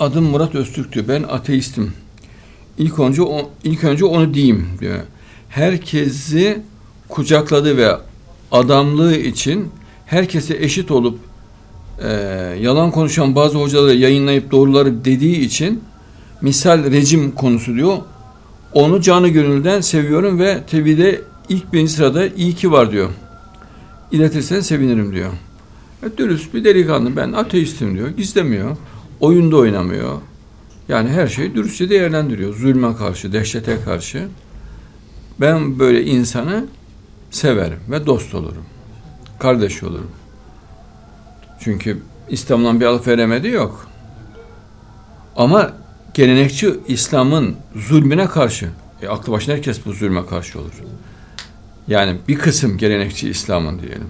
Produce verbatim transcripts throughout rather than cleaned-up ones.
adım Murat Öztürk diyor. Ben ateistim. İlk önce o, ilk önce onu diyeyim diyor. Herkesi kucakladı ve adamlığı için herkese eşit olup e, yalan konuşan bazı hocaları yayınlayıp doğruları dediği için misal rejim konusu diyor. Onu canı gönülden seviyorum ve tevhide ilk birinci sırada iyi ki var diyor. İletirsen sevinirim diyor. E, dürüst bir delikanlı, ben ateistim diyor. Gizlemiyor. Oyunda oynamıyor. Yani her şeyi dürüstçe değerlendiriyor. Zulme karşı, dehşete karşı. Ben böyle insanı severim ve dost olurum. Kardeş olurum. Çünkü İslam'dan bir alıp veremedi yok. Ama gelenekçi İslam'ın zulmüne karşı, e, aklı başına herkes bu zulme karşı olur. Yani bir kısım gelenekçi İslam'ın diyelim.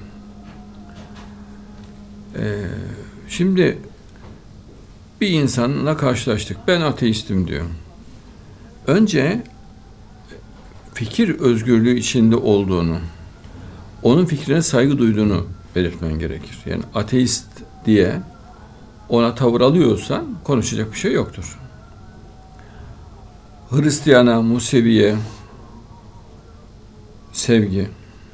Ee, şimdi bir insanla karşılaştık. Ben ateistim diyor. Önce fikir özgürlüğü içinde olduğunu, onun fikrine saygı duyduğunu belirtmen gerekir. Yani ateist diye ona tavır alıyorsan konuşacak bir şey yoktur. Hristiyana, Musevi'ye sevgi,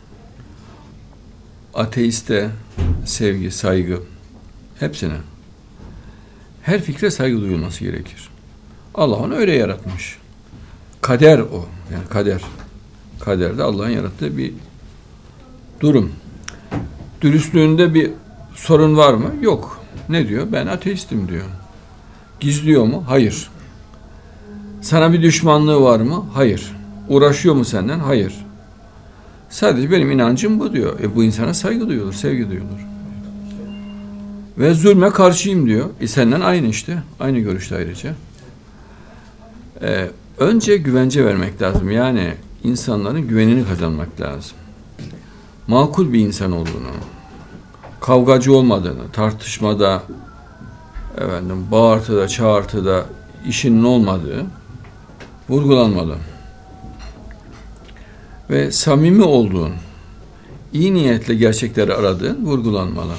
ateiste sevgi, saygı, hepsine. Her fikre saygı duyulması gerekir. Allah onu öyle yaratmış. Kader o. Yani kader. Kader de Allah'ın yarattığı bir durum. Dürüstlüğünde bir sorun var mı? Yok. Ne diyor? Ben ateistim diyor. Gizliyor mu? Hayır. Sana bir düşmanlığı var mı? Hayır. Uğraşıyor mu senden? Hayır. Sadece benim inancım bu diyor. E bu insana saygı duyulur, sevgi duyulur. Ve zulme karşıyım diyor. E senden aynı işte. Aynı görüşte ayrıca. Ee, önce güvence vermek lazım. Yani insanların güvenini kazanmak lazım. Makul bir insan olduğunu, kavgacı olmadığını, tartışmada, efendim, bağırtıda, çağırtıda işinin olmadığı vurgulanmalı. Ve samimi olduğun, iyi niyetle gerçekleri aradığın vurgulanmalı.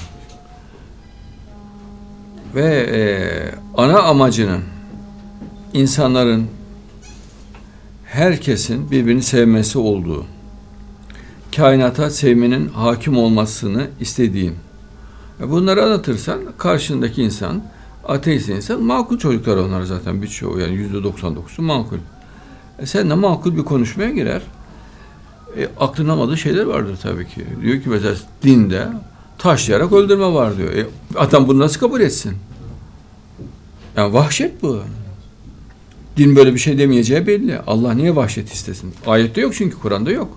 Ve e, ana amacının insanların, herkesin birbirini sevmesi olduğu, kainata sevmenin hakim olmasını istediğin. Bunları anlatırsan karşındaki insan, ateist insan, makul çocuklar onlar zaten birçoğu, yani yüzde doksan dokuzu makul. E sen de makul bir konuşmaya girer. E, aklın almadığı şeyler vardır tabii ki. Diyor ki mesela dinde taşlayarak öldürme var diyor. E, adam bunu nasıl kabul etsin? Yani vahşet bu. Din böyle bir şey demeyeceği belli. Allah niye vahşet istesin? Ayette yok çünkü, Kur'an'da yok.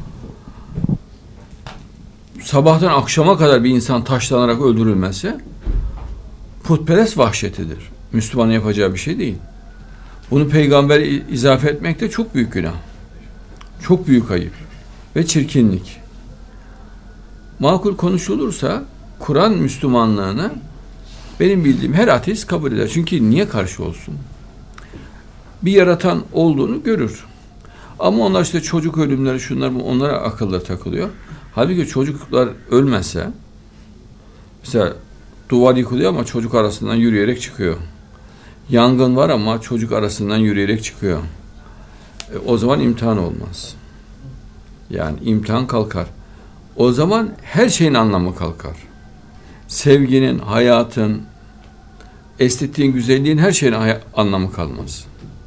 Sabahtan akşama kadar bir insan taşlanarak öldürülmesi putperest vahşetidir. Müslümanın yapacağı bir şey değil. Bunu peygambere izafe etmek de çok büyük günah. Çok büyük ayıp ve çirkinlik. Makul konuşulursa Kur'an Müslümanlığını benim bildiğim her ateist kabul eder. Çünkü niye karşı olsun? Bir yaratan olduğunu görür. Ama onlar işte çocuk ölümleri, şunlar, onlara akılda takılıyor. Halbuki çocuklar ölmezse, mesela duvar yıkılıyor ama çocuk arasından yürüyerek çıkıyor. Yangın var ama çocuk arasından yürüyerek çıkıyor. E, o zaman imtihan olmaz. Yani imtihan kalkar. O zaman her şeyin anlamı kalkar. Sevginin, hayatın, estetiğin, güzelliğin, her şeyin anlamı kalmaz.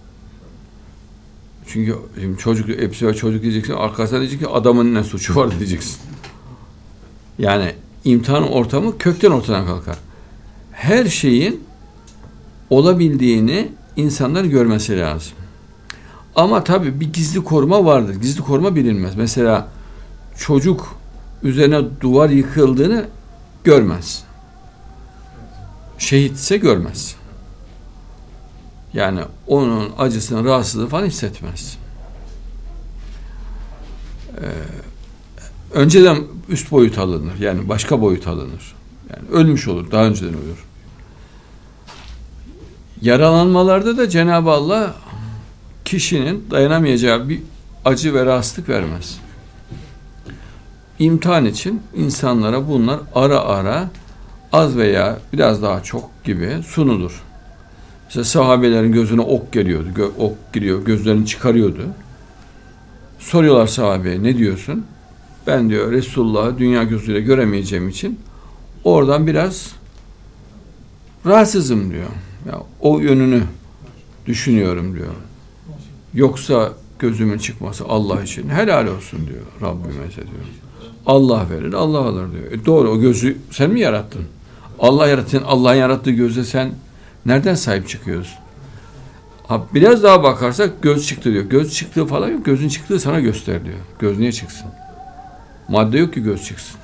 Çünkü şimdi çocuk, hepsi çocuk diyeceksin, arkasına diyeceksin ki adamın ne suçu var diyeceksin. Yani imtihan ortamı kökten ortadan kalkar. Her şeyin olabildiğini insanlar görmesi lazım. Ama tabii bir gizli koruma vardır. Gizli koruma bilinmez. Mesela çocuk üzerine duvar yıkıldığını görmez. Şehitse görmez. Yani onun acısını, rahatsızlığı falan hissetmez. Ee, önceden üst boyut alınır. Yani başka boyut alınır. Yani ölmüş olur. Daha önceden ölür. Yaralanmalarda da Cenab-ı Allah kişinin dayanamayacağı bir acı ve rahatsızlık vermez. İmtihan için insanlara bunlar ara ara az veya biraz daha çok gibi sunulur. Mesela sahabelerin gözüne ok geliyordu. Gö- ok giriyor, gözlerini çıkarıyordu. Soruyorlar sahabeye, ne diyorsun? Ben diyor Resulullah'ı dünya gözüyle göremeyeceğim için oradan biraz rahatsızım diyor. Ya, o yönünü düşünüyorum diyor. Yoksa gözümün çıkması Allah için helal olsun diyor Rabbime diyor. Allah verir, Allah alır diyor. E doğru, o gözü sen mi yarattın? Allah yarattın, Allah'ın yarattığı göze sen nereden sahip çıkıyorsun? Ha, biraz daha bakarsak göz çıktı diyor. Göz çıktığı falan yok. Gözün çıktığı sana göster diyor. Göz niye çıksın? Madde yok ki göz çıksın.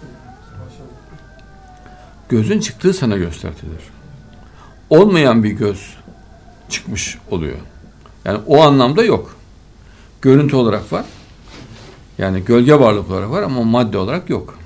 Gözün çıktığı sana göstertilir. Olmayan bir göz çıkmış oluyor. Yani o anlamda yok. Görüntü olarak var. Yani gölge varlık olarak var ama madde olarak yok.